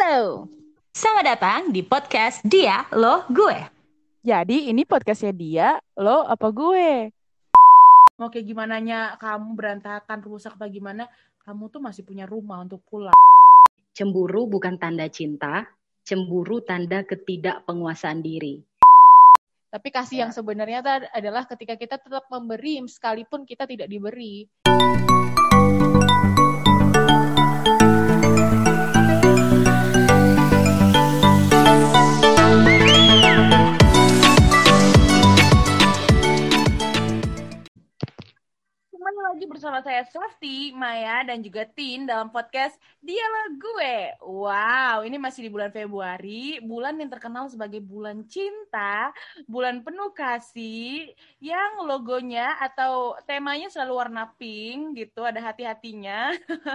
Halo, selamat datang di podcast Dia, Lo, Gue. Jadi ini podcastnya dia, lo apa gue? Mau kayak gimana kamu berantakan rusak apa gimana, kamu tuh masih punya rumah untuk pulang. Cemburu bukan tanda cinta, cemburu tanda ketidakpenguasaan diri. Tapi kasih yang sebenarnya adalah ketika kita tetap memberi sekalipun kita tidak diberi. Kembali lagi bersama saya Swasti, Maya, dan juga Tin dalam podcast Dialah Gue. Wow, ini masih di bulan Februari, bulan yang terkenal sebagai bulan cinta, bulan penuh kasih, yang logonya atau temanya selalu warna pink gitu, ada hati-hatinya.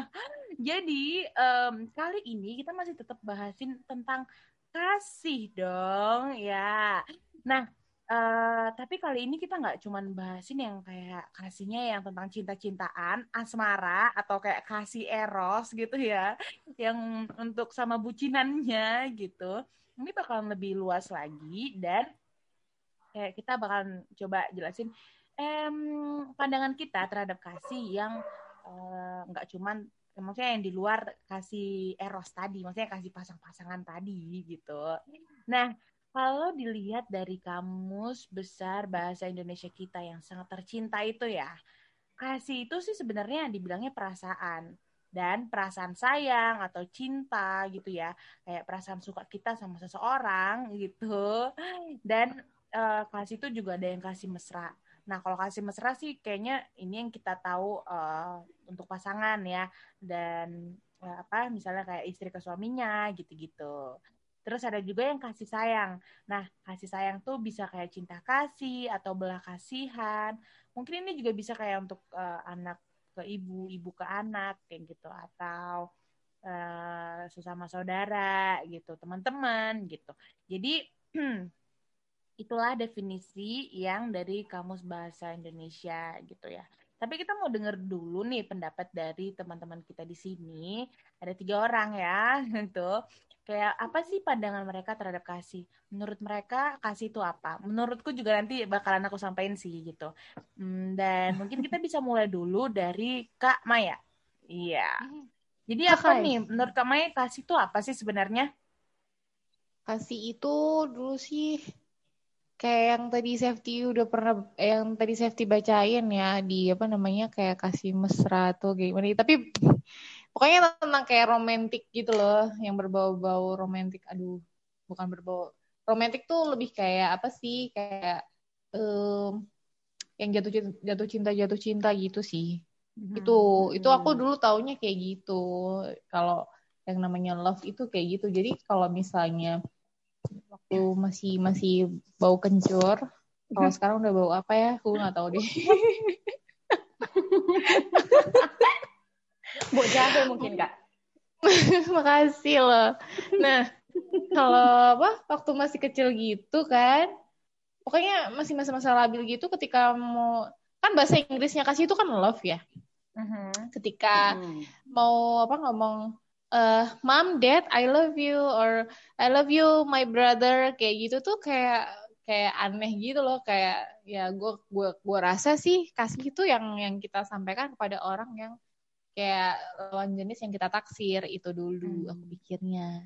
Jadi, kali ini kita masih tetap bahasin tentang kasih dong, ya. Nah, tapi kali ini kita nggak cuman bahasin yang kayak kasihnya yang tentang cinta-cintaan, asmara, atau kayak kasih eros gitu ya, yang untuk sama bucinannya gitu. Ini bakalan lebih luas lagi dan kayak kita bakalan coba jelasin pandangan kita terhadap kasih yang nggak cuman maksudnya yang di luar kasih eros tadi, maksudnya kasih pasang-pasangan tadi gitu. Nah, kalau dilihat dari Kamus Besar Bahasa Indonesia kita yang sangat tercinta itu ya, kasih itu sih sebenarnya dibilangnya perasaan. Dan perasaan sayang atau cinta gitu ya, kayak perasaan suka kita sama seseorang gitu. Dan kasih itu juga ada yang kasih mesra. Nah, kalau kasih mesra sih kayaknya ini yang kita tahu untuk pasangan ya. Dan misalnya kayak istri ke suaminya gitu-gitu. Terus ada juga yang kasih sayang. Nah, kasih sayang tuh bisa kayak cinta kasih atau belah kasihan. Mungkin ini juga bisa kayak untuk anak ke ibu, ibu ke anak kayak gitu, atau sesama saudara gitu, teman-teman gitu. Jadi itulah definisi yang dari Kamus Bahasa Indonesia gitu ya. Tapi kita mau denger dulu nih pendapat dari teman-teman kita di sini. Ada 3 orang ya, gitu. Kayak apa sih pandangan mereka terhadap kasih? Menurut mereka kasih itu apa? Menurutku juga nanti bakalan aku sampaikan sih gitu. Dan mungkin kita bisa mulai dulu dari Kak Maya. Iya. Jadi apa nih menurut Kak Maya kasih itu apa sih sebenarnya? Kasih itu dulu sih kayak yang tadi Safety bacain ya di apa namanya kayak kasih mesra atau gimana. Tapi pokoknya tentang kayak romantis gitu loh, yang berbau-bau romantis. Aduh, bukan berbau romantis tuh lebih kayak apa sih? Kayak yang jatuh cinta gitu sih. Itu aku dulu taunya kayak gitu. Kalau yang namanya love itu kayak gitu. Jadi kalau misalnya waktu masih bau kencur, kalau sekarang udah bau apa ya? Aku nggak tahu deh. Bau jahe mungkin, Kak. Makasih loh. Nah, kalau waktu masih kecil gitu kan, pokoknya masih masa-masa labil gitu ketika mau, kan bahasa Inggrisnya kasih itu kan love ya. Ketika mau ngomong Mom, Dad, I love you, or I love you, my brother, kayak gitu tuh kayak aneh gitu loh, kayak ya gue rasa sih kasih itu yang kita sampaikan kepada orang yang kayak lawan jenis yang kita taksir itu dulu aku pikirnya.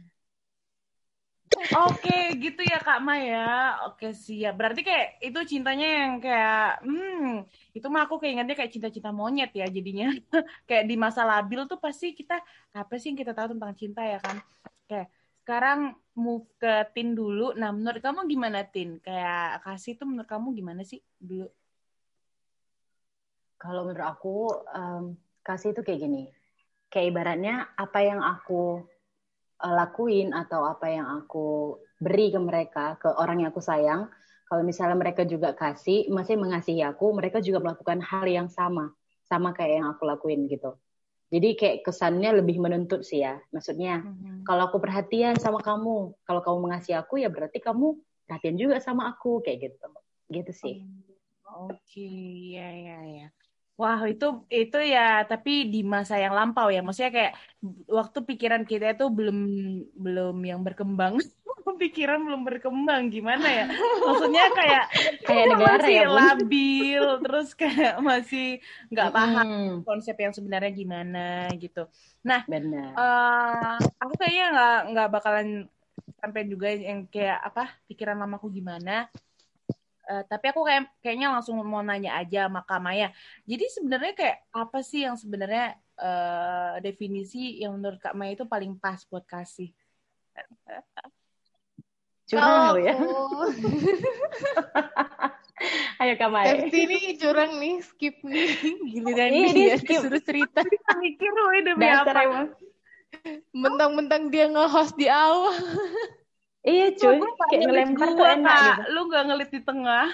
Oke, gitu ya Kak Maya. Oke, siap. Berarti kayak itu cintanya yang kayak, itu mah aku keingetnya kayak cinta-cinta monyet ya jadinya. Kayak di masa labil tuh pasti kita, apa sih yang kita tahu tentang cinta ya kan? Kayak sekarang move ke Tin dulu. Nah, menurut kamu gimana Tin? Kayak kasih tuh menurut kamu gimana sih dulu? Kalau menurut aku, kasih itu kayak gini. Kayak ibaratnya apa yang aku lakuin atau apa yang aku beri ke mereka, ke orang yang aku sayang, kalau misalnya mereka juga masih mengasihi aku, mereka juga melakukan hal yang sama kayak yang aku lakuin gitu. Jadi kayak kesannya lebih menuntut sih ya. Maksudnya, kalau aku perhatian sama kamu, kalau kamu mengasihi aku, ya berarti kamu perhatian juga sama aku, kayak gitu. Gitu sih. Oke, ya. Wah, itu ya, tapi di masa yang lampau ya. Maksudnya kayak waktu pikiran kita itu belum belum yang berkembang. Pikiran belum berkembang gimana ya? Maksudnya kayak Kayak kita negara masih ya, Bun. labil, terus kayak masih nggak paham Mm-mm. konsep yang sebenarnya gimana gitu. Nah, Benar. aku kayaknya nggak bakalan sampai juga yang kayak apa pikiran mamaku gimana. Tapi aku kayaknya langsung mau nanya aja sama Kak Maya. Jadi sebenarnya kayak apa sih yang sebenarnya definisi yang menurut Kak Maya itu paling pas buat kasih? Curang Kalau lu ya. aku, Ayo Kak Mai. FT ini curang nih, skip nih. Giliran Iya, dia dia skip. disuruh cerita. Mikir loh demi Dasar apa? emang. Mentang-mentang dia nge-host di awal. Iya cuy, Lu nggak kayak ngelit ngelempar tuh gua, enak Kak. gitu. Lu nggak ngelit di tengah.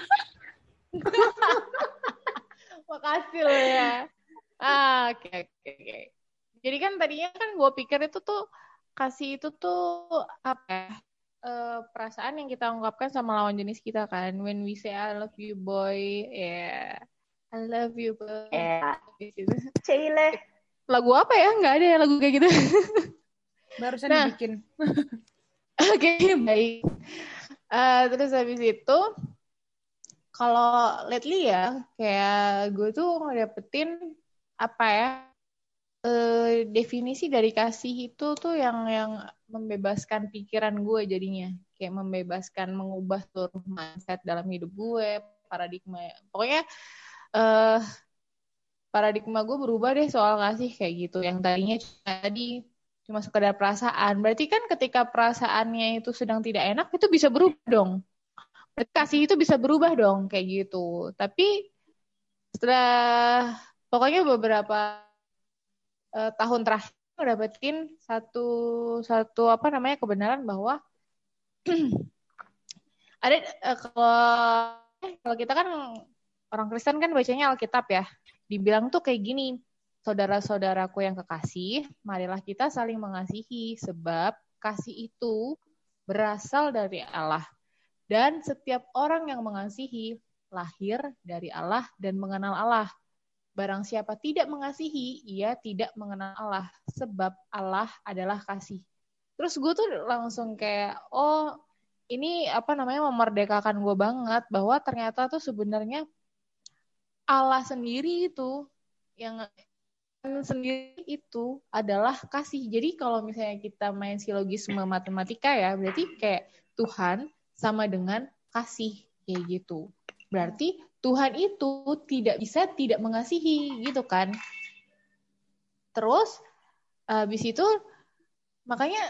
Makasih lo ya. Oke. Jadi kan tadinya kan gue pikir itu tuh kasih itu tuh apa ya? Perasaan yang kita ungkapkan sama lawan jenis kita kan. When we say I love you boy, yeah. I love you boy. Ya, Gitu. Cile. Lagu apa ya? Nggak ada ya lagu kayak gitu. Barusan Nah. dibikin. Oke, baik. Terus habis itu, kalau lately ya, kayak gue tuh ngedapetin apa ya, definisi dari kasih itu tuh yang membebaskan pikiran gue jadinya. Kayak membebaskan, mengubah seluruh mindset dalam hidup gue, paradigma. Pokoknya paradigma gue berubah deh soal kasih kayak gitu. Yang tadinya cuma sekedar perasaan. Berarti kan ketika perasaannya itu sedang tidak enak, itu bisa berubah dong. Berarti kasih itu bisa berubah dong kayak gitu. Tapi setelah pokoknya beberapa tahun terakhir gue dapetin satu apa namanya kebenaran bahwa ada kalau kita kan orang Kristen kan bacanya Alkitab ya. Dibilang tuh kayak gini, saudara-saudaraku yang kekasih, marilah kita saling mengasihi sebab kasih itu berasal dari Allah. Dan setiap orang yang mengasihi lahir dari Allah dan mengenal Allah. Barang siapa tidak mengasihi, ia tidak mengenal Allah. Sebab Allah adalah kasih. Terus gue tuh langsung kayak, oh ini apa namanya memerdekakan gue banget. Bahwa ternyata tuh sebenarnya Allah sendiri itu, yang sendiri itu adalah kasih. Jadi kalau misalnya kita main silogisme matematika ya, berarti kayak Tuhan sama dengan kasih kayak gitu. Berarti Tuhan itu tidak bisa tidak mengasihi gitu kan. Terus habis itu makanya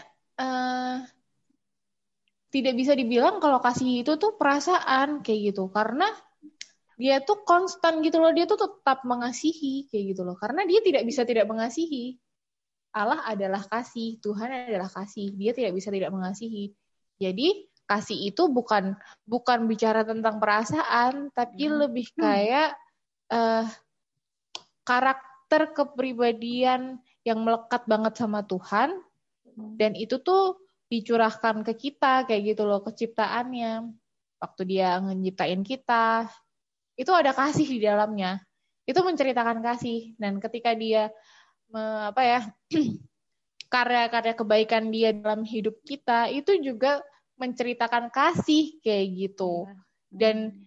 tidak bisa dibilang kalau kasih itu tuh perasaan kayak gitu. Karena dia tuh konstan gitu loh, dia tuh tetap mengasihi kayak gitu loh. Karena dia tidak bisa tidak mengasihi. Allah adalah kasih, Tuhan adalah kasih. Dia tidak bisa tidak mengasihi. Jadi kasih itu bukan bicara tentang perasaan, tapi lebih kayak karakter kepribadian yang melekat banget sama Tuhan, dan itu tuh dicurahkan ke kita kayak gitu loh, keciptaannya. Waktu dia nyiptain kita, itu ada kasih di dalamnya. Itu menceritakan kasih. Dan ketika dia karya-karya kebaikan dia dalam hidup kita, itu juga menceritakan kasih kayak gitu. Dan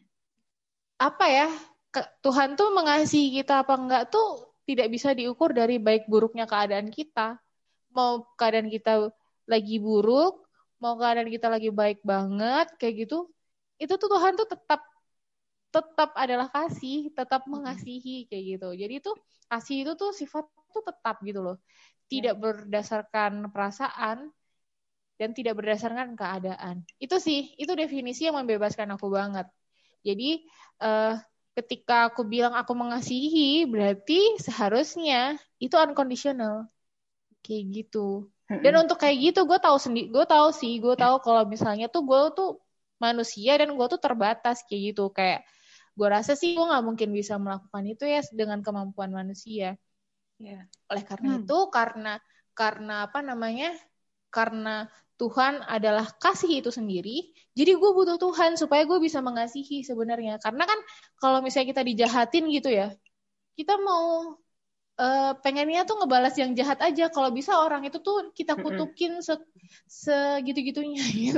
Tuhan tuh mengasihi kita apa enggak tuh tidak bisa diukur dari baik buruknya keadaan kita. Mau keadaan kita lagi buruk, mau keadaan kita lagi baik banget kayak gitu, itu tuh Tuhan tuh tetap adalah kasih, tetap mengasihi kayak gitu. Jadi tuh kasih itu tuh sifat tuh tetap gitu loh. Tidak berdasarkan perasaan dan tidak berdasarkan keadaan. Itu definisi yang membebaskan aku banget. Jadi ketika aku bilang aku mengasihi, berarti seharusnya itu unconditional. Kayak gitu. Dan untuk kayak gitu gue tahu kalau misalnya tuh gue tuh manusia dan gue tuh terbatas kayak gitu. Kayak gue rasa sih gue nggak mungkin bisa melakukan itu ya dengan kemampuan manusia. Yeah. Oleh karena itu, karena apa namanya? Karena Tuhan adalah kasih itu sendiri, jadi gue butuh Tuhan supaya gue bisa mengasihi sebenarnya. Karena kan kalau misalnya kita dijahatin gitu ya, kita mau pengennya tuh ngebalas yang jahat aja. Kalau bisa orang itu tuh kita kutukin segitu-gitunya gitu.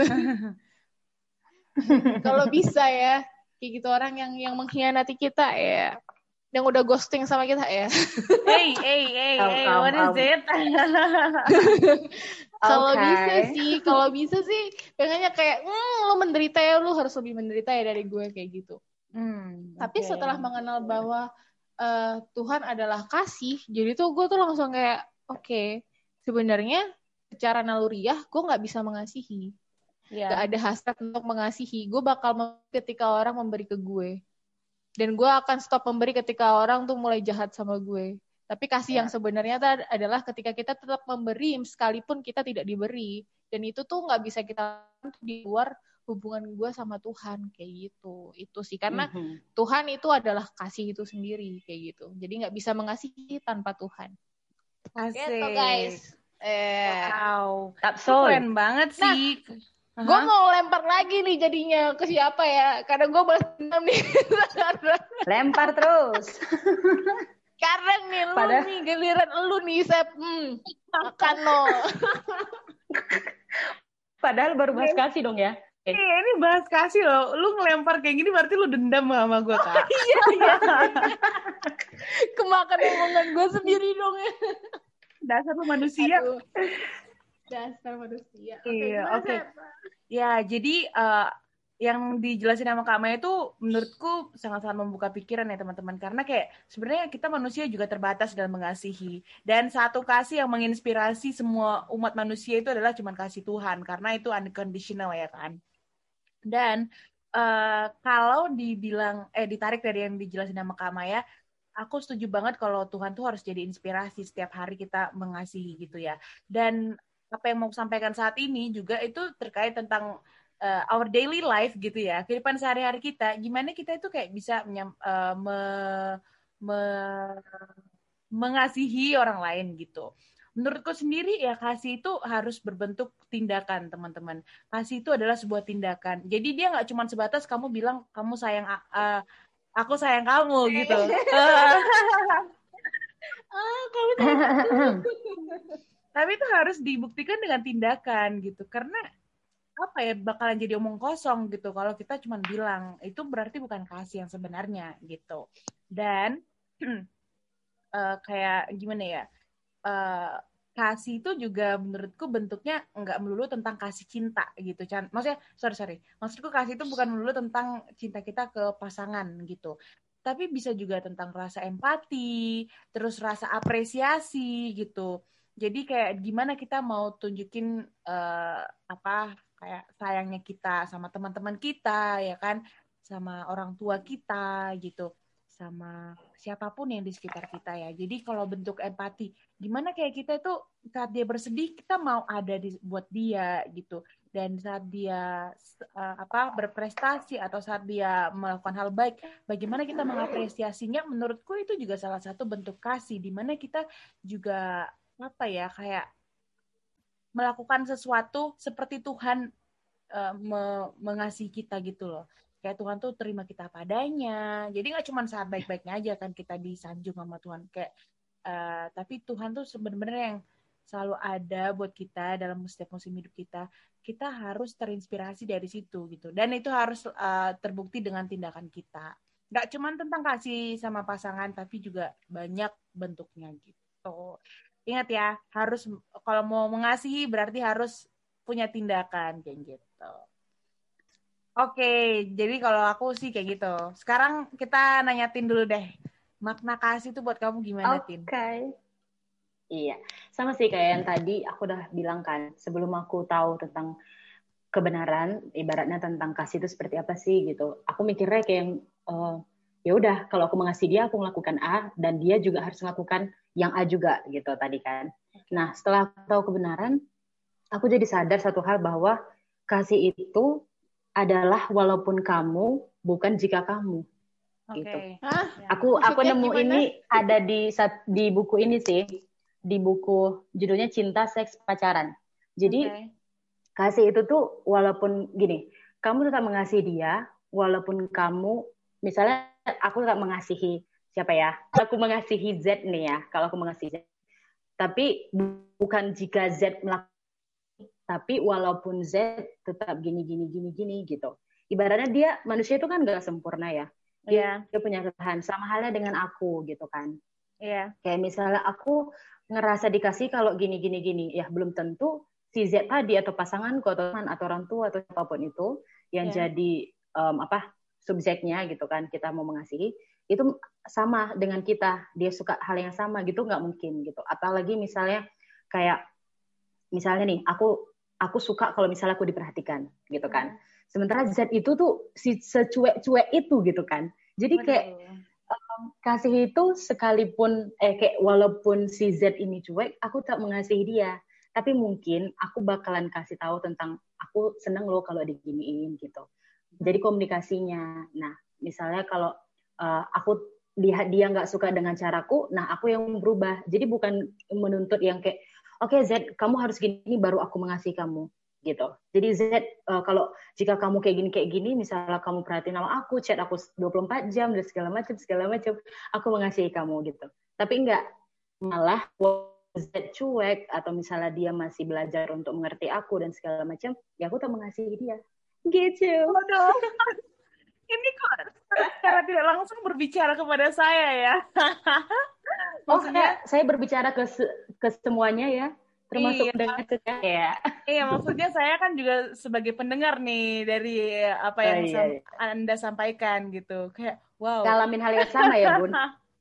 Kalau bisa ya, kayak gitu orang yang mengkhianati kita ya, yang udah ghosting sama kita ya. Hey, what is it? Kalau bisa sih, pengennya kayak, lo menderita ya, lo harus lebih menderita ya dari gue kayak gitu. Tapi setelah mengenal bahwa Tuhan adalah kasih, jadi tuh gue tuh langsung kayak, oke, sebenarnya secara naluriah gue nggak bisa mengasihi. Gak ada hasrat untuk mengasihi. Gue bakal ketika orang memberi ke gue. Dan gue akan stop memberi ketika orang tuh mulai jahat sama gue. Tapi kasih yang sebenarnya adalah ketika kita tetap memberi sekalipun kita tidak diberi. Dan itu tuh gak bisa kita di luar hubungan gue sama Tuhan kayak gitu. Itu sih karena Tuhan itu adalah kasih itu sendiri kayak gitu. Jadi gak bisa mengasihi tanpa Tuhan. Asik. Gitu guys. Wow. Tapsol. Keren banget sih. Gue mau lempar lagi nih jadinya ke siapa ya? Karena gue balas dendam nih. Lempar terus. Karena nih lu nih giliran lu nih Sep. Makan lo. Padahal baru bahas kasih dong ya. Iya, ini bahas kasih loh. Lu ngelempar kayak gini berarti lu dendam sama gue, Kak. Iya. Kemakan omongan gue sendiri dong ya. Dasar lu manusia. Aduh. Dasar manusia. Oke. Ya, jadi yang dijelasin sama Kak Maya itu menurutku sangat-sangat membuka pikiran ya teman-teman. Karena kayak sebenarnya kita manusia juga terbatas dalam mengasihi. Dan satu kasih yang menginspirasi semua umat manusia itu adalah cuma kasih Tuhan. Karena itu unconditional ya kan. Dan kalau ditarik dari yang dijelasin sama Kak Maya, aku setuju banget kalau Tuhan tuh harus jadi inspirasi setiap hari kita mengasihi gitu ya. Dan apa yang mau sampaikan saat ini juga itu terkait tentang our daily life gitu ya, kehidupan sehari-hari kita, gimana kita itu kayak bisa mengasihi orang lain gitu. Menurutku sendiri ya kasih itu harus berbentuk tindakan teman-teman. Kasih itu adalah sebuah tindakan. Jadi dia nggak cuma sebatas kamu bilang kamu sayang aku sayang kamu gitu. Tapi itu harus dibuktikan dengan tindakan gitu. Karena apa ya bakalan jadi omong kosong gitu kalau kita cuma bilang. Itu berarti bukan kasih yang sebenarnya gitu. Dan kayak gimana ya? Kasih itu juga menurutku bentuknya nggak melulu tentang kasih cinta gitu. Maksudnya, sorry. Maksudku kasih itu bukan melulu tentang cinta kita ke pasangan gitu. Tapi bisa juga tentang rasa empati, terus rasa apresiasi gitu. Jadi kayak gimana kita mau tunjukin kayak sayangnya kita sama teman-teman kita ya kan, sama orang tua kita gitu. Sama siapapun yang di sekitar kita ya. Jadi kalau bentuk empati, gimana kayak kita itu saat dia bersedih kita mau ada buat dia gitu. Dan saat dia berprestasi atau saat dia melakukan hal baik, bagaimana kita mengapresiasinya? Menurutku itu juga salah satu bentuk kasih, di mana kita juga kayak melakukan sesuatu seperti Tuhan mengasihi kita gitu loh. Kayak Tuhan tuh terima kita padanya. Jadi nggak cuma saat baik-baiknya aja kan kita disanjung sama Tuhan. Kayak tapi Tuhan tuh sebenarnya yang selalu ada buat kita dalam setiap musim hidup kita. Kita harus terinspirasi dari situ gitu. Dan itu harus terbukti dengan tindakan kita. Nggak cuma tentang kasih sama pasangan, tapi juga banyak bentuknya gitu. Ingat ya, harus kalau mau mengasihi berarti harus punya tindakan kayak gitu. Oke, jadi kalau aku sih kayak gitu. Sekarang kita nanyatin dulu deh. Makna kasih itu buat kamu gimana, Tin? Oke. Iya, sama sih kayak yang tadi aku udah bilang kan. Sebelum aku tahu tentang kebenaran, ibaratnya tentang kasih itu seperti apa sih gitu. Aku mikirnya kayak yang, ya udah kalau aku mengasihi dia, aku melakukan A, dan dia juga harus melakukan yang A juga gitu tadi kan. Nah, setelah aku tahu kebenaran, aku jadi sadar satu hal bahwa kasih itu adalah walaupun kamu, bukan jika kamu. Gitu. Aku nemu gimana? Ini ada di buku ini sih, di buku judulnya Cinta, Seks, Pacaran. Jadi kasih itu tuh walaupun gini, kamu tetap mengasihi dia, walaupun kamu misalnya aku tetap mengasihi siapa ya? Aku mengasihi Z nih ya. Kalau aku mengasihi Z, tapi bukan jika Z melakukan, tapi walaupun Z tetap gini gitu. Ibaratnya dia manusia itu kan gak sempurna ya. Dia punya kesalahan. Sama halnya dengan aku gitu kan. Kayak misalnya aku ngerasa dikasih kalau gini. Ya belum tentu si Z tadi atau pasanganku atau teman atau orang tua atau apapun itu yang jadi subjeknya gitu kan, kita mau mengasihi itu sama dengan kita, dia suka hal yang sama gitu, nggak mungkin gitu. Apalagi misalnya kayak misalnya nih aku suka kalau misalnya aku diperhatikan gitu kan, sementara Z itu tuh si secuek-cuek itu gitu kan. Jadi kayak kasih itu sekalipun kayak walaupun si Z ini cuek, aku tak mengasihi dia, tapi mungkin aku bakalan kasih tahu tentang aku seneng loh kalau diginiin gitu. Jadi komunikasinya. Nah, misalnya kalau aku lihat dia nggak suka dengan caraku, nah aku yang berubah. Jadi bukan menuntut yang kayak, oke, Z, kamu harus gini baru aku mengasihi kamu gitu. Jadi Z, kalau jika kamu kayak gini, misalnya kamu perhatiin sama aku, chat aku 24 jam dan segala macam, aku mengasihi kamu gitu. Tapi enggak, malah Z cuek atau misalnya dia masih belajar untuk mengerti aku dan segala macam, ya aku tak mengasihi dia. Gitu. Waduh. Ini kok secara tidak langsung berbicara kepada saya ya. Maksudnya saya berbicara ke semuanya ya, termasuk pendengar juga ya. Iya, maksudnya saya kan juga sebagai pendengar nih dari apa yang Anda sampaikan gitu. Kayak wow. Ngalamin hal yang sama ya, Bun.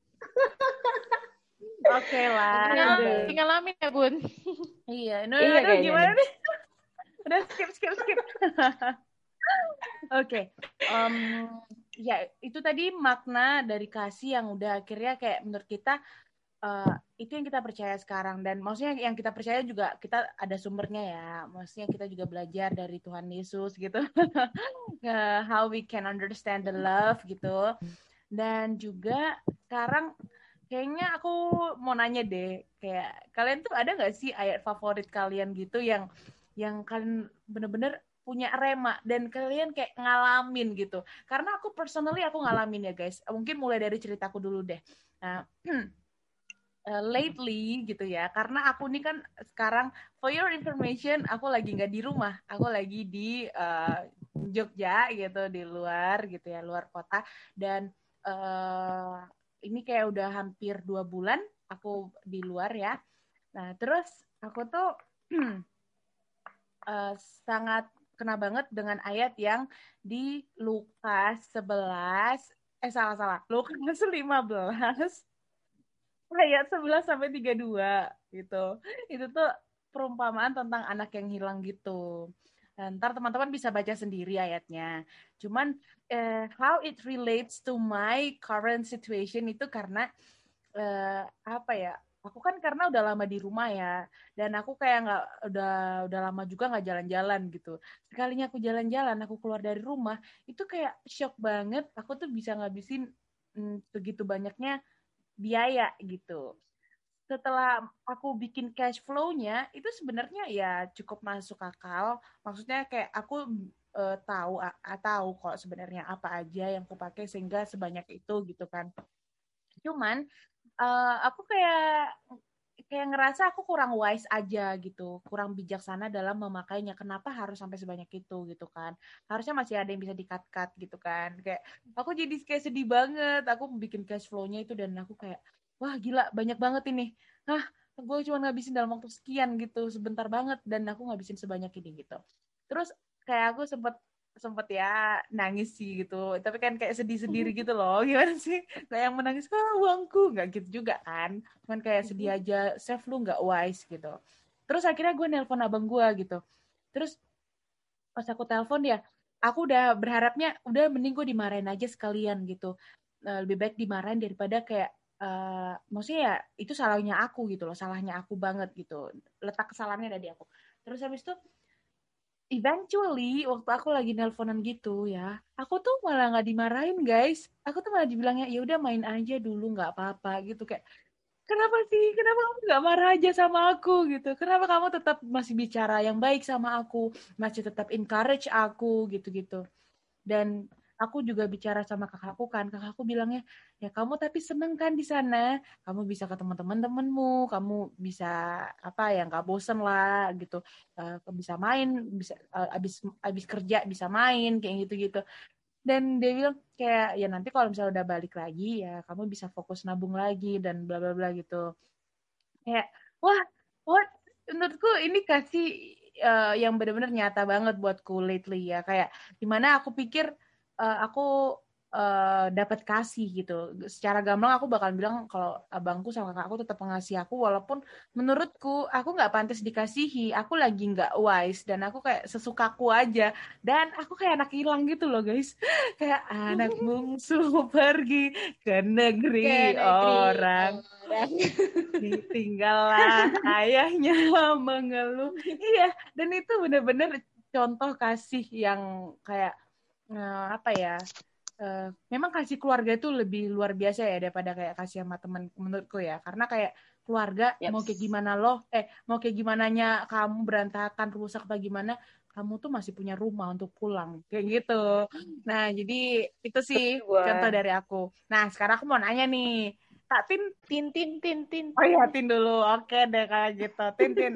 Oke lah. Ngalamin ya, Bun. Iya, aduh gimana nih? Udah skip. Oke. Ya itu tadi makna dari kasih yang udah akhirnya kayak menurut kita itu yang kita percaya sekarang, dan maksudnya yang kita percaya juga kita ada sumbernya ya, maksudnya kita juga belajar dari Tuhan Yesus gitu. How we can understand the love gitu. Dan juga sekarang kayaknya aku mau nanya deh, kayak kalian tuh ada nggak sih ayat favorit kalian gitu yang kalian bener-bener punya rema dan kalian kayak ngalamin gitu? Karena aku personally aku ngalamin ya guys. Mungkin mulai dari ceritaku dulu deh. Nah, lately gitu ya, karena aku nih kan sekarang, for your information, aku lagi nggak di rumah, aku lagi di Jogja gitu, di luar gitu ya, luar kota. Dan ini kayak udah hampir 2 bulan aku di luar ya. Nah terus aku tuh sangat kena banget dengan ayat yang di Lukas 11, Lukas 15 ayat 11 sampai 32 gitu. Itu tuh perumpamaan tentang anak yang hilang gitu. Dan ntar teman-teman bisa baca sendiri ayatnya. Cuman how it relates to my current situation itu karena apa ya? Aku kan karena udah lama di rumah ya, dan aku kayak udah lama juga nggak jalan-jalan gitu. Sekalinya aku jalan-jalan, aku keluar dari rumah, itu kayak shock banget. Aku tuh bisa ngabisin begitu banyaknya biaya gitu. Setelah aku bikin cash flow-nya, itu sebenarnya ya cukup masuk akal. Maksudnya kayak aku tahu kok sebenarnya apa aja yang aku pakai sehingga sebanyak itu gitu kan. Cuman aku kayak ngerasa aku kurang wise aja gitu, kurang bijaksana dalam memakainya. Kenapa harus sampai sebanyak itu gitu kan? Harusnya masih ada yang bisa di-cut gitu kan. Kayak aku jadi kayak sedih banget. Aku bikin cash flow-nya itu dan aku kayak, wah gila banyak banget ini. Gue cuma ngabisin dalam waktu sekian gitu, sebentar banget, dan aku ngabisin sebanyak ini gitu. Terus kayak aku sempet ya nangis sih gitu, tapi kan kayak sedih sendiri gitu loh. Gimana sih, kayak yang menangis uangku, nggak gitu juga kan, cuman kayak sedih aja, save lu nggak wise gitu. Terus akhirnya gue nelpon abang gue gitu. Terus pas aku telepon ya, aku udah berharapnya udah mending gue dimarahin aja sekalian gitu. Lebih baik dimarahin daripada kayak maksudnya ya itu salahnya aku gitu loh, salahnya aku banget gitu, letak kesalahannya ada di aku. Terus habis itu eventually waktu aku lagi nelponan gitu ya, aku tuh malah nggak dimarahin guys, aku tuh malah dibilangnya ya udah main aja dulu nggak apa-apa gitu. Kayak kenapa kamu nggak marah aja sama aku gitu, kenapa kamu tetap masih bicara yang baik sama aku, masih tetap encourage aku gitu-gitu. Dan aku juga bicara sama kakakku kan, kakakku bilangnya, ya kamu tapi seneng kan di sana, kamu bisa ketemu teman-temanmu, kamu bisa apa ya nggak bosen lah gitu. Bisa main, bisa abis kerja bisa main kayak gitu-gitu. Dan dia bilang kayak ya nanti kalau misalnya udah balik lagi ya kamu bisa fokus nabung lagi dan bla bla bla gitu. Kayak wah, what menurutku ini kasih yang benar-benar nyata banget buatku lately ya. Kayak dimana aku pikir aku dapat kasih gitu. Secara gamblang aku bakal bilang kalau abangku sama kakakku tetap ngasih aku walaupun menurutku aku nggak pantas dikasihi. Aku lagi nggak wise dan aku kayak sesukaku aja. Dan aku kayak anak hilang gitu loh guys. Kayak anak bungsu pergi ke negeri orang. Ditinggallah ayahnya mengeluh. Iya, dan itu benar-benar contoh kasih yang kayak apa ya? Memang kasih keluarga itu lebih luar biasa ya daripada kayak kasih sama teman menurutku ya. Karena kayak keluarga mau kayak gimana mau kayak gimananya kamu berantakan rusak apa gimana, kamu tuh masih punya rumah untuk pulang kayak gitu. Nah, jadi itu sih contoh dari aku. Nah, sekarang aku mau nanya nih. Tak Tin. Tin. Oh iya, Tin dulu. Oke deh kalau gitu. Tin.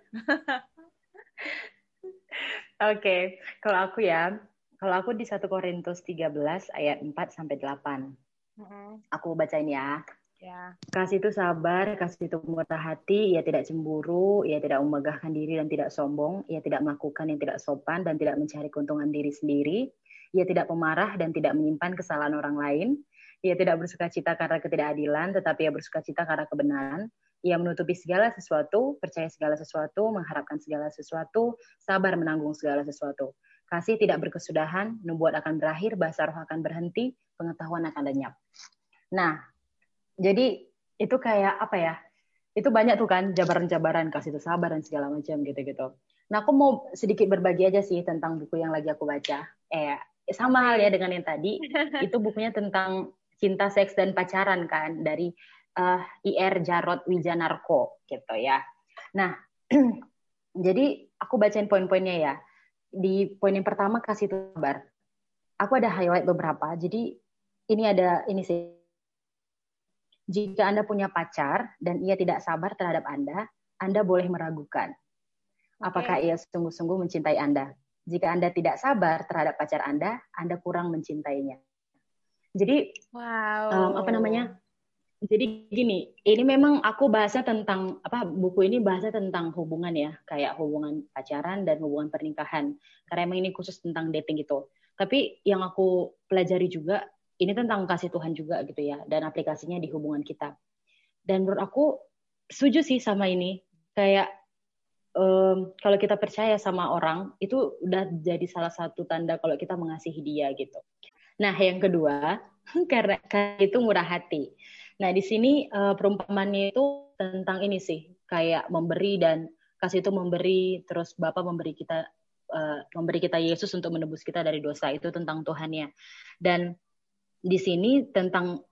Oke, kalau aku di 1 Korintus 13 ayat 4 sampai 8. Aku bacain ya. Ya. Kasih itu sabar, kasih itu murah hati, ia tidak cemburu, ia tidak memegahkan diri dan tidak sombong, ia tidak melakukan yang tidak sopan dan tidak mencari keuntungan diri sendiri, ia tidak pemarah dan tidak menyimpan kesalahan orang lain, ia tidak bersukacita karena ketidakadilan, tetapi ia bersukacita karena kebenaran. Ia menutupi segala sesuatu, percaya segala sesuatu, mengharapkan segala sesuatu, sabar menanggung segala sesuatu. Kasih tidak berkesudahan, nubuat akan berakhir, bahasa roh akan berhenti, pengetahuan akan lenyap. Nah, jadi itu kayak apa ya? Itu banyak tuh kan jabaran-jabaran kasih itu sabar dan segala macam gitu-gitu. Nah, aku mau sedikit berbagi aja sih tentang buku yang lagi aku baca. Sama hal ya dengan yang tadi. Itu bukunya tentang cinta, seks dan pacaran kan dari I.R. Jarod Wijanarko gitu ya. Nah, jadi aku bacain poin-poinnya ya. Di poin yang pertama kasih itu sabar. Aku ada highlight beberapa. Jadi ini sih. Jika Anda punya pacar dan ia tidak sabar terhadap Anda boleh meragukan apakah ia sungguh-sungguh mencintai Anda. Jika Anda tidak sabar terhadap pacar Anda kurang mencintainya. Jadi, Jadi gini, ini memang aku bahasnya tentang buku ini bahasnya tentang hubungan ya, kayak hubungan pacaran dan hubungan pernikahan. Karena emang ini khusus tentang dating gitu. Tapi yang aku pelajari juga ini tentang kasih Tuhan juga gitu ya, dan aplikasinya di hubungan kita. Dan menurut aku setuju sih sama ini. Kayak kalau kita percaya sama orang, itu udah jadi salah satu tanda kalau kita mengasihi dia gitu. Nah, yang kedua, karena itu murah hati. Nah, di sini perumpamannya itu tentang ini sih, kayak memberi dan kasih itu memberi, terus Bapa memberi kita Yesus untuk menebus kita dari dosa, itu tentang Tuhannya. Dan di sini tentang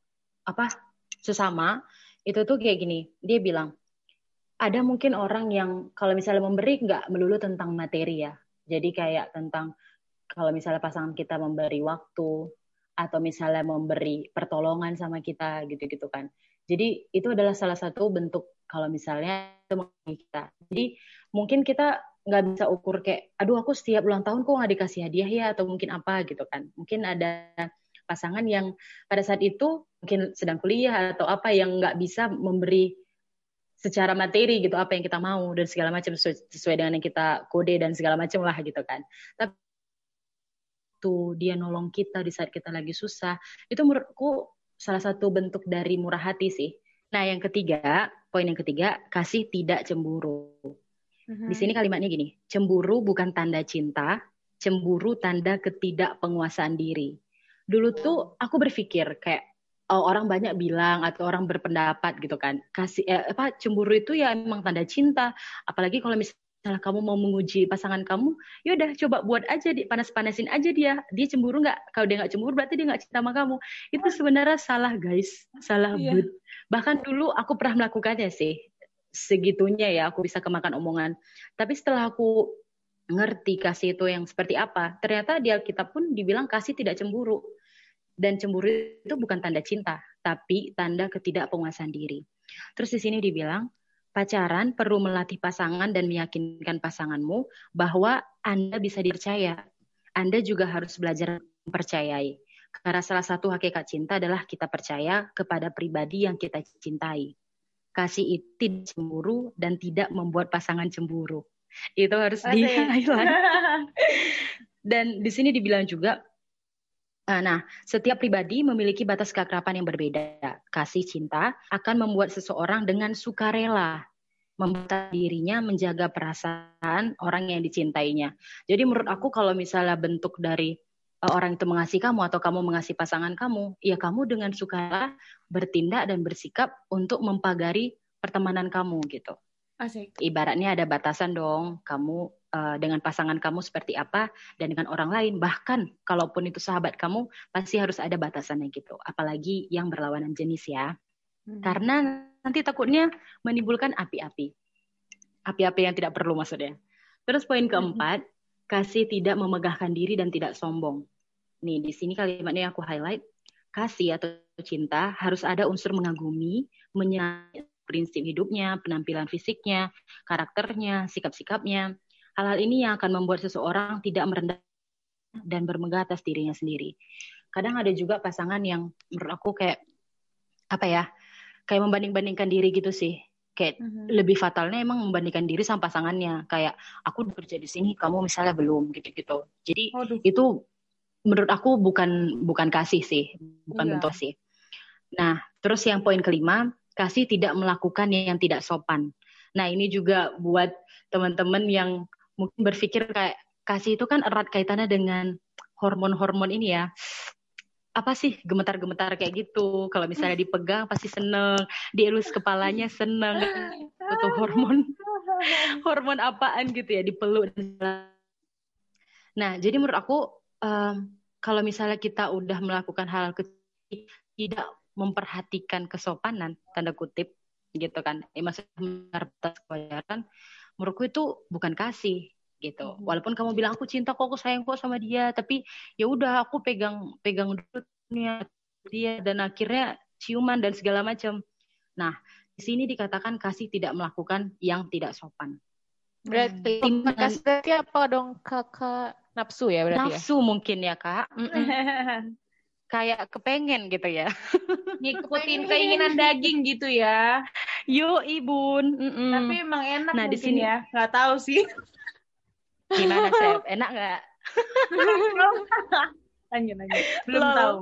sesama itu tuh kayak gini, dia bilang ada mungkin orang yang kalau misalnya memberi nggak melulu tentang materi ya, jadi kayak tentang kalau misalnya pasangan kita memberi waktu atau misalnya memberi pertolongan sama kita gitu-gitu kan, jadi itu adalah salah satu bentuk kalau misalnya itu mengasihi kita. Jadi mungkin kita nggak bisa ukur kayak aduh aku setiap ulang tahun kok nggak dikasih hadiah ya, atau mungkin apa gitu kan, mungkin ada pasangan yang pada saat itu mungkin sedang kuliah atau apa yang nggak bisa memberi secara materi gitu apa yang kita mau dan segala macam sesuai dengan yang kita kode dan segala macam lah gitu kan. Tapi tuh dia nolong kita di saat kita lagi susah, itu menurutku salah satu bentuk dari murah hati sih. Nah, poin yang ketiga, kasih tidak cemburu. Di sini kalimatnya gini, cemburu bukan tanda cinta, cemburu tanda ketidakpenguasaan diri. Dulu tuh aku berpikir kayak orang banyak bilang atau orang berpendapat gitu kan, cemburu itu ya emang tanda cinta, apalagi kalau misalnya kamu mau menguji pasangan kamu, yaudah coba buat aja, panas-panasin aja dia cemburu nggak? Kalau dia nggak cemburu berarti dia nggak cinta sama kamu. Itu sebenarnya salah guys, salah but. Bahkan dulu aku pernah melakukannya sih, segitunya ya aku bisa kemakan omongan. Tapi setelah aku ngerti kasih itu yang seperti apa. Ternyata di Alkitab pun dibilang kasih tidak cemburu. Dan cemburu itu bukan tanda cinta, tapi tanda ketidakpenguasaan diri. Terus di sini dibilang, pacaran perlu melatih pasangan dan meyakinkan pasanganmu bahwa Anda bisa dipercaya. Anda juga harus belajar mempercayai. Karena salah satu hakikat cinta adalah kita percaya kepada pribadi yang kita cintai. Kasih itu tidak cemburu dan tidak membuat pasangan cemburu. Itu harus di-highlight. Dan di sini dibilang juga, nah, setiap pribadi memiliki batas keakraban yang berbeda. Kasih cinta akan membuat seseorang dengan sukarela membatasi dirinya menjaga perasaan orang yang dicintainya. Jadi menurut aku kalau misalnya bentuk dari orang itu mengasihi kamu atau kamu mengasihi pasangan kamu, ya kamu dengan sukarela bertindak dan bersikap untuk mempagari pertemanan kamu gitu. Asik. Ibaratnya ada batasan dong, kamu dengan pasangan kamu seperti apa dan dengan orang lain. Bahkan kalaupun itu sahabat kamu, pasti harus ada batasannya gitu. Apalagi yang berlawanan jenis ya. Karena nanti takutnya menimbulkan api-api. Api-api yang tidak perlu maksudnya. Terus poin keempat, kasih tidak memegahkan diri dan tidak sombong. Nih di sini kalimatnya aku highlight. Kasih atau cinta harus ada unsur mengagumi, menyayangi prinsip hidupnya, penampilan fisiknya, karakternya, sikap-sikapnya. Hal-hal ini yang akan membuat seseorang tidak merendah dan bermegah atas dirinya sendiri. Kadang ada juga pasangan yang menurut aku kayak apa ya, kayak membanding-bandingkan diri gitu sih. Kayak lebih fatalnya emang membandingkan diri sama pasangannya. Kayak aku udah kerja di sini, kamu misalnya belum gitu-gitu. Jadi itu menurut aku bukan kasih sih, bukan bentuk sih. Nah, terus yang poin kelima, kasih tidak melakukan yang tidak sopan. Nah, ini juga buat teman-teman yang mungkin berpikir kayak kasih itu kan erat kaitannya dengan hormon-hormon ini ya. Apa sih gemetar-gemetar kayak gitu. Kalau misalnya dipegang pasti seneng, dielus kepalanya seneng. Itu hormon apaan gitu ya, dipeluk. Nah, jadi menurut aku kalau misalnya kita udah melakukan hal kecil tidak memperhatikan kesopanan tanda kutip gitu kan, maksudnya batas kewajaran, menurutku itu bukan kasih gitu. Walaupun kamu bilang aku cinta kok, aku sayang kok sama dia, tapi ya udah aku pegang dulu dia dan akhirnya ciuman dan segala macam. Nah, di sini dikatakan kasih tidak melakukan yang tidak sopan. Berarti kasih apa dong kakak? Nafsu ya berarti nafsu ya? Mungkin ya kak. Kayak kepengen gitu ya. Ngikutin keinginan daging gitu ya. Yo ibun. Tapi emang enak nah, mungkin di sini ya. Nggak tahu sih. Gimana Chef? Enak nggak? Lanjut. Belum tahu.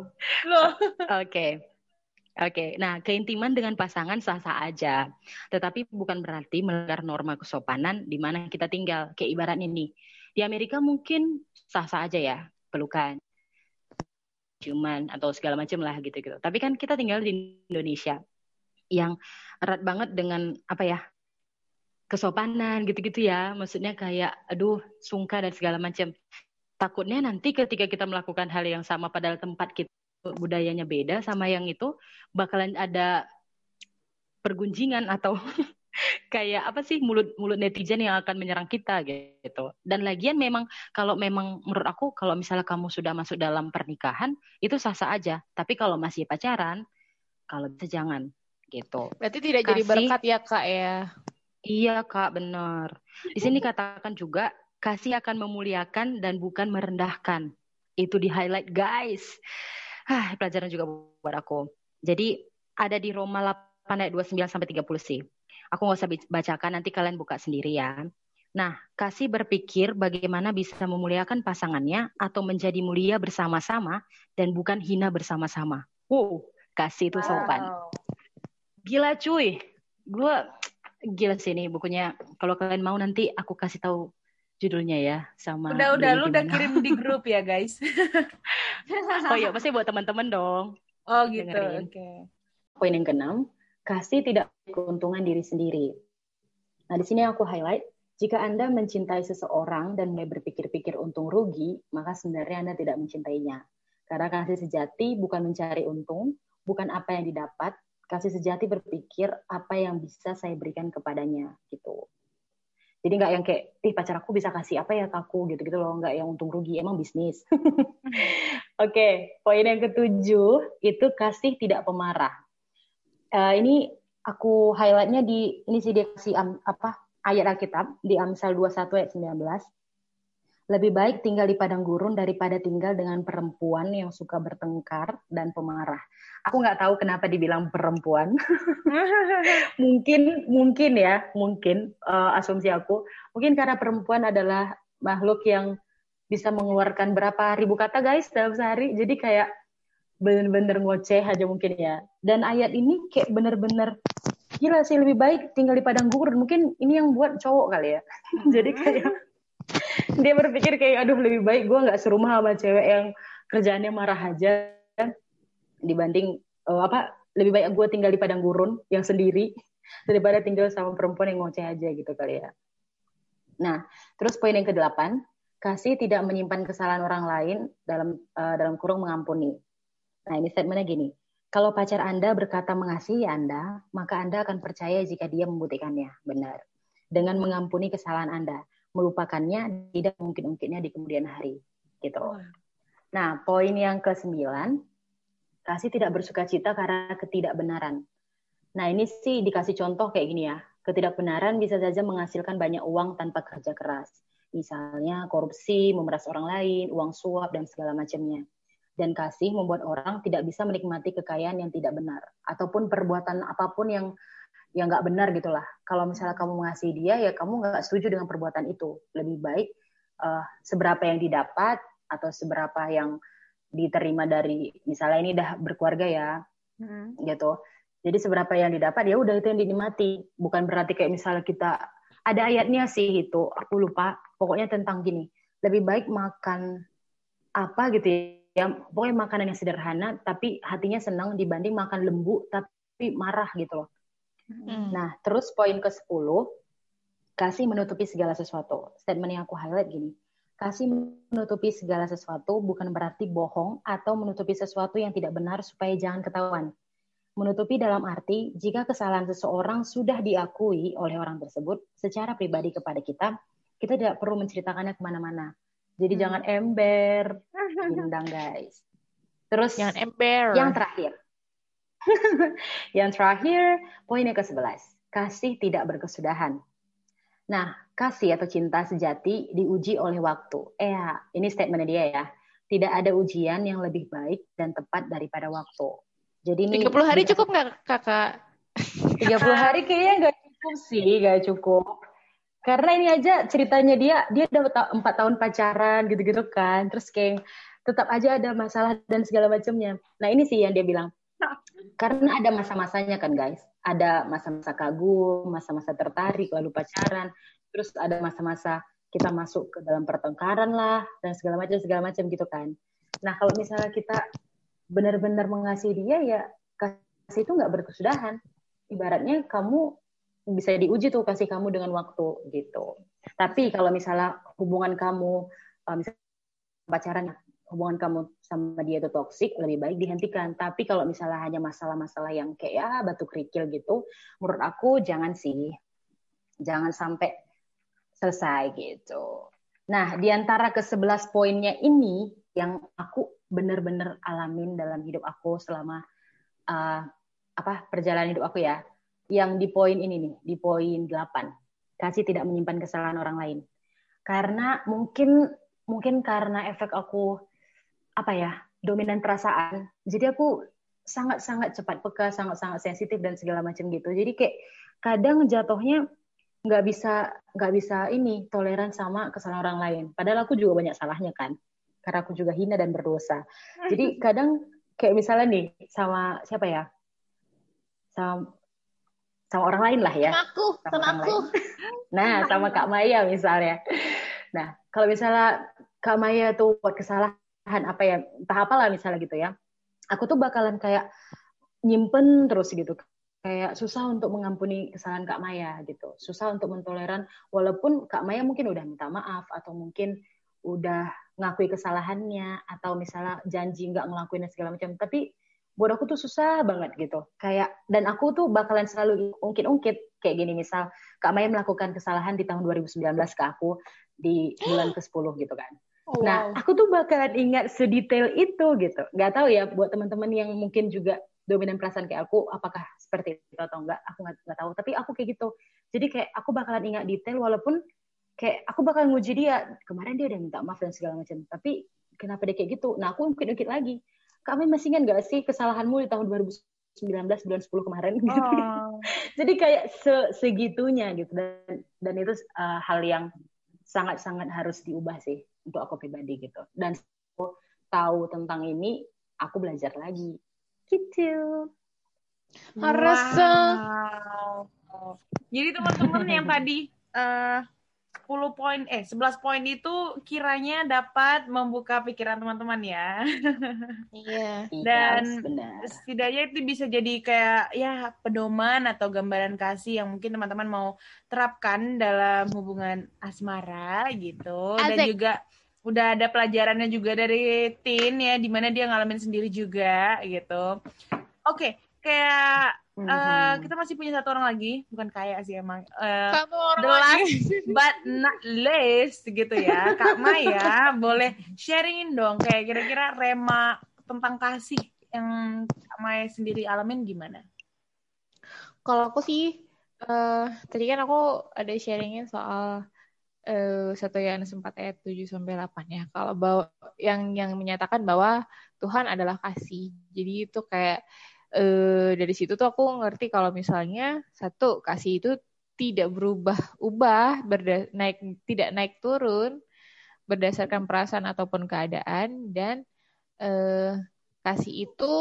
Oke. Nah, keintiman dengan pasangan sah-sah aja. Tetapi bukan berarti melanggar norma kesopanan di mana kita tinggal. Kayak ibaratnya nih. Di Amerika mungkin sah-sah aja ya. Pelukan, ciuman, atau segala macam lah gitu-gitu. Tapi kan kita tinggal di Indonesia. Yang erat banget dengan apa ya? Kesopanan gitu-gitu ya. Maksudnya kayak aduh sungkan dan segala macam. Takutnya nanti ketika kita melakukan hal yang sama padahal tempat kita budayanya beda sama yang itu, bakalan ada pergunjingan atau kayak apa sih mulut netizen yang akan menyerang kita gitu. Dan lagian memang kalau memang menurut aku kalau misalnya kamu sudah masuk dalam pernikahan itu sah-sah aja. Tapi kalau masih pacaran, kalau bisa jangan gitu. Berarti tidak jadi berkat ya kak ya? Iya kak, benar. Di sini katakan juga kasih akan memuliakan dan bukan merendahkan. Itu di highlight guys. Pelajaran juga buat aku. Jadi ada di Roma 8 ayat 29 sampai 30 sih. Aku nggak usah bacakan, nanti kalian buka sendiri ya. Nah, kasih berpikir bagaimana bisa memuliakan pasangannya atau menjadi mulia bersama-sama dan bukan hina bersama-sama. Kasih itu sopan. Gila cuy. Gue gila sih nih bukunya. Kalau kalian mau nanti aku kasih tahu judulnya ya sama. Udah lu udah kirim di grup ya guys. Oh iya, pasti buat teman-teman dong. Oh gitu. Oke. Poin yang ke-6, kasih tidak keuntungan diri sendiri. Nah, di sini aku highlight, jika Anda mencintai seseorang dan mulai berpikir-pikir untung rugi, maka sebenarnya Anda tidak mencintainya. Karena kasih sejati bukan mencari untung, bukan apa yang didapat. Kasih sejati berpikir apa yang bisa saya berikan kepadanya gitu. Jadi nggak yang kayak, pacar aku bisa kasih apa ya ke aku gitu-gitu loh, nggak yang untung rugi, emang bisnis. Oke, poin yang ketujuh itu kasih tidak pemarah. Ini aku highlightnya ini sih dia kasih ayat Alkitab di Amsal 21 ayat 19. Lebih baik tinggal di padang gurun daripada tinggal dengan perempuan yang suka bertengkar dan pemarah. Aku nggak tahu kenapa dibilang perempuan. mungkin asumsi aku. Mungkin karena perempuan adalah makhluk yang bisa mengeluarkan berapa ribu kata guys dalam sehari. Jadi kayak bener-bener ngoceh aja mungkin ya. Dan ayat ini kayak bener-bener gila sih, lebih baik tinggal di padang gurun. Mungkin ini yang buat cowok kali ya. Jadi kayak dia berpikir kayak aduh lebih baik gue nggak serumah sama cewek yang kerjaannya marah aja dibanding lebih baik gue tinggal di padang gurun yang sendiri daripada tinggal sama perempuan yang ngoceh aja gitu kali ya. Nah, terus poin yang ke-8, kasih tidak menyimpan kesalahan orang lain dalam kurung mengampuni. Nah, ini statementnya gini. Kalau pacar Anda berkata mengasihi Anda, maka Anda akan percaya jika dia membuktikannya. Benar. Dengan mengampuni kesalahan Anda. Melupakannya tidak mungkin-mungkinnya di kemudian hari. Gitu. Nah, poin yang ke-9, kasih tidak bersukacita karena ketidakbenaran. Nah, ini sih dikasih contoh kayak gini ya. Ketidakbenaran bisa saja menghasilkan banyak uang tanpa kerja keras. Misalnya korupsi, memeras orang lain, uang suap, dan segala macamnya. Dan kasih membuat orang tidak bisa menikmati kekayaan yang tidak benar. Ataupun perbuatan apapun yang nggak benar gitulah. Kalau misalnya kamu mengasihi dia, ya kamu nggak setuju dengan perbuatan itu. Lebih baik seberapa yang didapat atau seberapa yang diterima dari, misalnya ini udah berkeluarga ya, gitu. Jadi seberapa yang didapat ya udah itu yang dinikmati. Bukan berarti kayak misalnya kita ada ayatnya sih itu, aku lupa. Pokoknya tentang gini, lebih baik makan apa gitu ya, pokoknya makanan yang sederhana tapi hatinya senang dibanding makan lembu tapi marah gitu loh. Nah, terus poin ke-10, kasih menutupi segala sesuatu. Statement yang aku highlight gini. Kasih menutupi segala sesuatu bukan berarti bohong atau menutupi sesuatu yang tidak benar supaya jangan ketahuan. Menutupi dalam arti, jika kesalahan seseorang sudah diakui oleh orang tersebut secara pribadi kepada kita tidak perlu menceritakannya kemana-mana. Jadi jangan ember, bindang guys. Terus Jangan ember. Yang terakhir, poin yang ke-11. Kasih tidak berkesudahan. Nah, kasih atau cinta sejati diuji oleh waktu. Ini statementnya dia ya. Tidak ada ujian yang lebih baik dan tepat daripada waktu. Jadi ini 30 hari cukup nggak, Kakak? 30 hari kayaknya nggak cukup sih, nggak cukup. Karena ini aja ceritanya dia udah 4 tahun pacaran gitu-gitu kan. Terus kayak tetap aja ada masalah dan segala macamnya. Nah, ini sih yang dia bilang. Karena ada masa-masanya kan guys. Ada masa-masa kagum, masa-masa tertarik, lalu pacaran. Terus ada masa-masa kita masuk ke dalam pertengkaran lah, dan segala macam gitu kan. Nah, kalau misalnya kita benar-benar mengasihi dia, ya kasih itu nggak berkesudahan. Ibaratnya kamu bisa diuji tuh kasih kamu dengan waktu gitu. Tapi kalau misalnya hubungan kamu, misalnya pacaran, hubungan kamu sama dia itu toksik, lebih baik dihentikan. Tapi kalau misalnya hanya masalah-masalah yang kayak batu kerikil gitu, menurut aku jangan sampai selesai gitu. Nah, di antara ke-11 poinnya ini yang aku benar-benar alamin dalam hidup aku selama perjalanan hidup aku ya. Yang di poin ini nih, di poin 8. Kasih tidak menyimpan kesalahan orang lain. Karena mungkin karena efek aku dominan perasaan. Jadi aku sangat-sangat cepat peka, sangat-sangat sensitif dan segala macam gitu. Jadi kayak kadang jatuhnya nggak bisa toleran sama kesalahan orang lain. Padahal aku juga banyak salahnya kan. Karena aku juga hina dan berdosa. Jadi kadang kayak misalnya nih sama siapa ya? Sama orang lain lah ya. Sama aku. Nah, sama Kak Maya misalnya. Nah, kalau misalnya Kak Maya tuh buat kesalahan entah apalah misalnya gitu ya, aku tuh bakalan kayak nyimpen terus gitu, kayak susah untuk mengampuni kesalahan Kak Maya gitu, susah untuk mentoleran walaupun Kak Maya mungkin udah minta maaf atau mungkin udah ngakui kesalahannya atau misalnya janji nggak ngelakuin segala macam, tapi buat aku tuh susah banget gitu, kayak dan aku tuh bakalan selalu ungkit-ungkit kayak gini, misal Kak Maya melakukan kesalahan di tahun 2019 ke aku di bulan ke-10 gitu kan. Oh, Nah, wow. aku tuh bakalan ingat sedetail itu gitu. Nggak tahu ya buat teman-teman yang mungkin juga dominan perasaan kayak aku, apakah seperti itu atau enggak, aku nggak tahu. Tapi aku kayak gitu. Jadi kayak aku bakalan ingat detail walaupun kayak aku bakalan nguji dia. Kemarin dia udah minta maaf dan segala macam. Tapi kenapa dia kayak gitu? Nah, aku ungkit-ungkit lagi. Kami masih ingat nggak sih kesalahanmu di tahun 2019 bulan 10 kemarin gitu. Oh. Jadi kayak segitunya gitu, dan itu hal yang sangat-sangat harus diubah sih untuk aku pribadi gitu. Dan aku tahu tentang ini, aku belajar lagi gitu. Harus Wow. Jadi teman-teman yang tadi 11 poin itu kiranya dapat membuka pikiran teman-teman ya. iya. Dan Iya, benar. setidaknya itu bisa jadi kayak ya pedoman atau gambaran kasih yang mungkin teman-teman mau terapkan dalam hubungan asmara gitu. Dan Asik. juga udah ada pelajarannya juga dari Tin ya, dimana dia ngalamin sendiri juga gitu. Oke, kayak kita masih punya satu orang lagi, bukan kayak sih emang. Satu orang The lagi. last but not least gitu ya, Kak Maya boleh sharingin dong kayak kira-kira rema tentang kasih yang Kak Maya sendiri alamin gimana? Kalau aku sih, tadi kan aku ada sharingin soal 1 Yohanes 4 ayat 7-8 ya. Kalau yang menyatakan bahwa Tuhan adalah kasih. Jadi itu kayak dari situ tuh aku ngerti kalau misalnya satu, kasih itu tidak berubah-ubah, tidak naik turun berdasarkan perasaan ataupun keadaan, dan kasih itu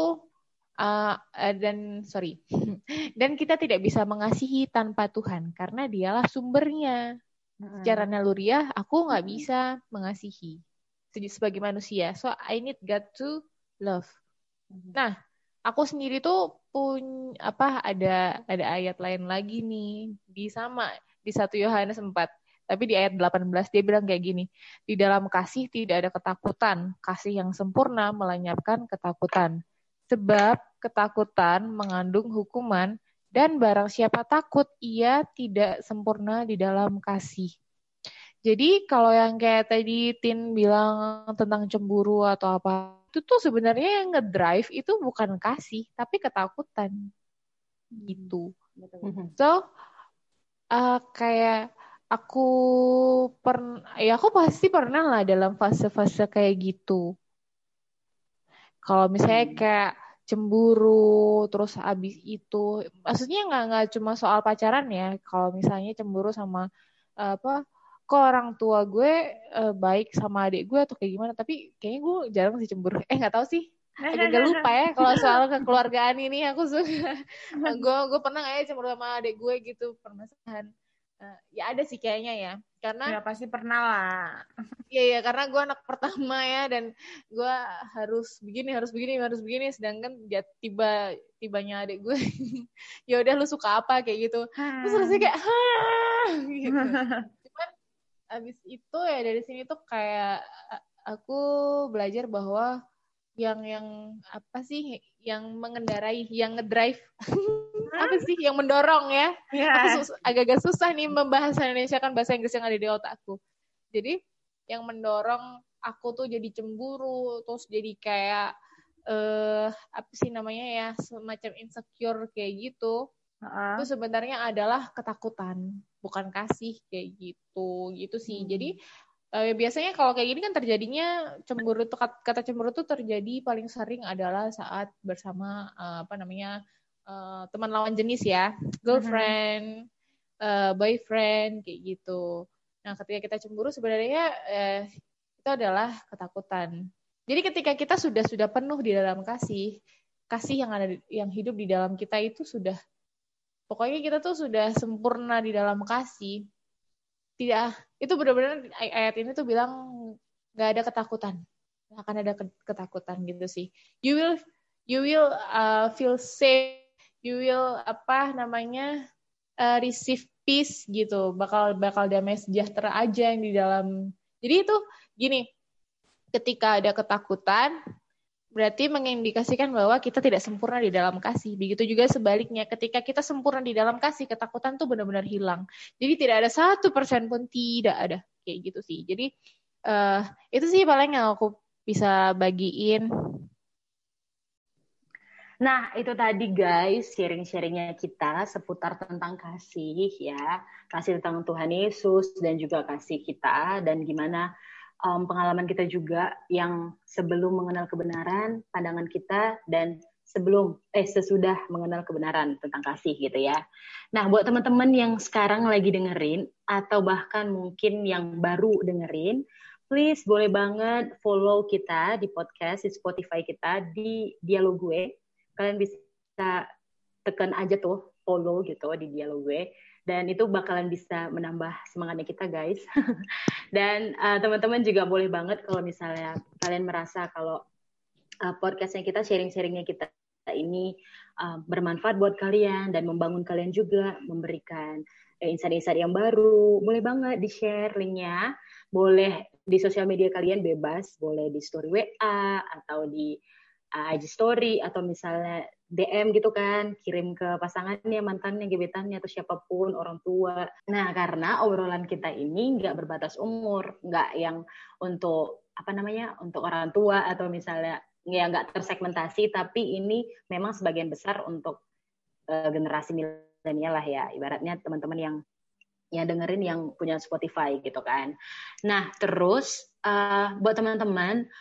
dan kita tidak bisa mengasihi tanpa Tuhan karena Dialah sumbernya. Secara naluriah aku nggak bisa mengasihi sebagai manusia, so I need God to love. Nah, aku sendiri tuh ada ayat lain lagi nih di 1 Yohanes 4, tapi di ayat 18 dia bilang kayak gini, di dalam kasih tidak ada ketakutan, kasih yang sempurna melenyapkan ketakutan, sebab ketakutan mengandung hukuman, dan barang siapa takut ia tidak sempurna di dalam kasih. Jadi kalau yang kayak tadi Tin bilang tentang cemburu atau apa, itu tuh sebenarnya yang ngedrive itu bukan kasih, tapi ketakutan. Gitu. So, kayak aku pasti pernah lah dalam fase-fase kayak gitu. Kalau misalnya kayak cemburu, terus abis itu, maksudnya nggak cuma soal pacaran ya. Kalau misalnya cemburu sama kok orang tua gue baik sama adik gue atau kayak gimana, tapi kayaknya gue jarang sih cemburu. Nggak tahu sih, agak lupa ya kalau soal kekeluargaan ini. Aku suka gue pernah kayak cemburu sama adik gue gitu, permasalahan. Ya ada sih kayaknya ya, karena ya pasti pernah lah. Iya, karena gue anak pertama ya, dan gue harus begini, sedangkan tibanya adik gue, ya udah lu suka apa kayak gitu, terus rasanya kayak gitu. Cuman abis itu ya dari sini tuh kayak aku belajar bahwa yang apa sih, yang mengendarai, yang ngedrive apa sih, yang mendorong ya. Aku agak-agak susah nih membahas Indonesia, kan bahasa Inggris yang ada di otakku. Jadi yang mendorong aku tuh jadi cemburu, terus jadi kayak apa sih namanya ya, semacam insecure kayak gitu. Itu sebenarnya adalah ketakutan, bukan kasih kayak gitu sih. Jadi biasanya kalau kayak gini kan terjadinya cemburu tuh, kata cemburu tuh terjadi paling sering adalah saat bersama teman lawan jenis ya, girlfriend, boyfriend kayak gitu. Nah, ketika kita cemburu sebenarnya itu adalah ketakutan. Jadi ketika kita sudah penuh di dalam kasih yang hidup di dalam kita itu sudah, pokoknya kita tuh sudah sempurna di dalam kasih. Tidak, itu benar-benar ayat ini tuh bilang nggak ada ketakutan, nggak akan ada ketakutan gitu sih. You will feel safe, you will receive peace gitu, bakal damai sejahtera aja yang di dalam. Jadi itu gini, ketika ada ketakutan berarti mengindikasikan bahwa kita tidak sempurna di dalam kasih. Begitu juga sebaliknya, ketika kita sempurna di dalam kasih, ketakutan tuh benar-benar hilang. Jadi tidak ada 1% pun tidak ada. Kayak gitu sih. Jadi itu sih paling yang aku bisa bagiin. Nah, itu tadi guys, sharing-sharingnya kita seputar tentang kasih ya. Kasih tentang Tuhan Yesus dan juga kasih kita dan gimana pengalaman kita juga yang sebelum mengenal kebenaran, pandangan kita dan sesudah mengenal kebenaran tentang kasih gitu ya. Nah, buat teman-teman yang sekarang lagi dengerin atau bahkan mungkin yang baru dengerin, please boleh banget follow kita di podcast, di Spotify kita, di Dialog Gue. Kalian bisa tekan aja tuh follow gitu di Dialog Gue. Dan itu bakalan bisa menambah semangatnya kita guys. Dan teman-teman juga boleh banget kalau misalnya kalian merasa kalau podcastnya kita, sharing-sharingnya kita ini bermanfaat buat kalian dan membangun kalian juga, memberikan insight-insight yang baru, boleh banget di-share linknya. Boleh di sosial media kalian bebas, boleh di story WA atau di IG story atau misalnya DM gitu kan, kirim ke pasangannya, mantannya, gebetannya atau siapapun, orang tua. Nah, karena obrolan kita ini nggak berbatas umur, nggak yang untuk untuk orang tua atau misalnya ya nggak tersegmentasi, tapi ini memang sebagian besar untuk generasi milenial lah ya, ibaratnya teman-teman yang dengerin yang punya Spotify gitu kan. Nah, terus buat teman-teman,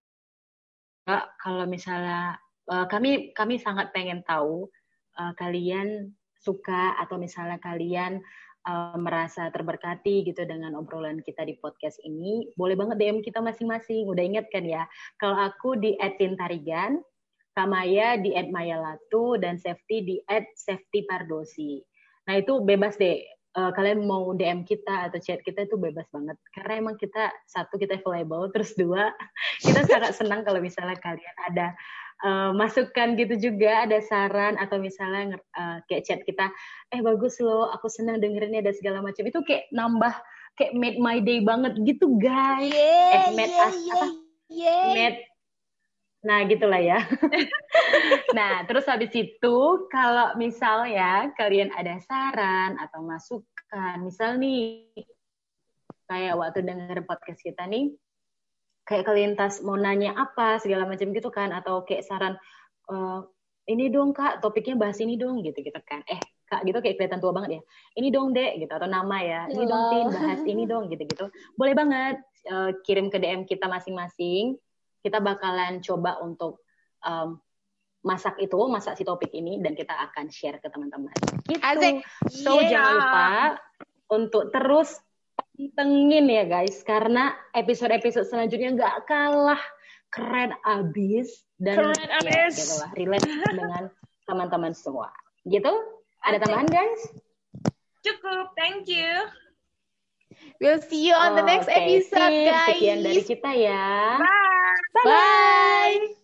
kalau misalnya kami sangat pengen tahu kalian suka atau misalnya kalian merasa terberkati gitu dengan obrolan kita di podcast ini, boleh banget DM kita masing-masing. Udah inget kan ya? Kalau aku di @tintarigan, Kak Maya di @mayalatu, dan Safety di @safetypardosi. Nah itu bebas deh. Kalian mau DM kita atau chat kita itu bebas banget. Karena emang kita available, terus dua, kita sangat senang kalau misalnya kalian ada masukan gitu juga, ada saran atau misalnya kayak chat kita, bagus loh, aku senang dengerinnya dan segala macam. Itu kayak nambah, kayak made my day banget gitu guys. Nah gitulah ya. Nah terus habis itu kalau misalnya kalian ada saran atau masukan, misal nih kayak waktu denger podcast kita nih, kayak kalian mau nanya apa segala macam gitu kan, atau kayak saran ini dong kak, topiknya bahas ini dong gitu kan, kak gitu kayak kelihatan tua banget ya, ini dong dek gitu, atau nama ya, ini dong Tin, bahas ini dong gitu boleh banget kirim ke DM kita masing-masing. Kita bakalan coba untuk masak si topik ini dan kita akan share ke teman-teman gitu. So jangan lupa untuk terus pantengin ya guys, karena episode-episode selanjutnya nggak kalah keren abis dan gitulah, relate dengan teman-teman semua. Gitu? Ada tambahan guys? Cukup, thank you. We'll see you on the next episode, guys. Sekian dari kita ya. Bye. Bye.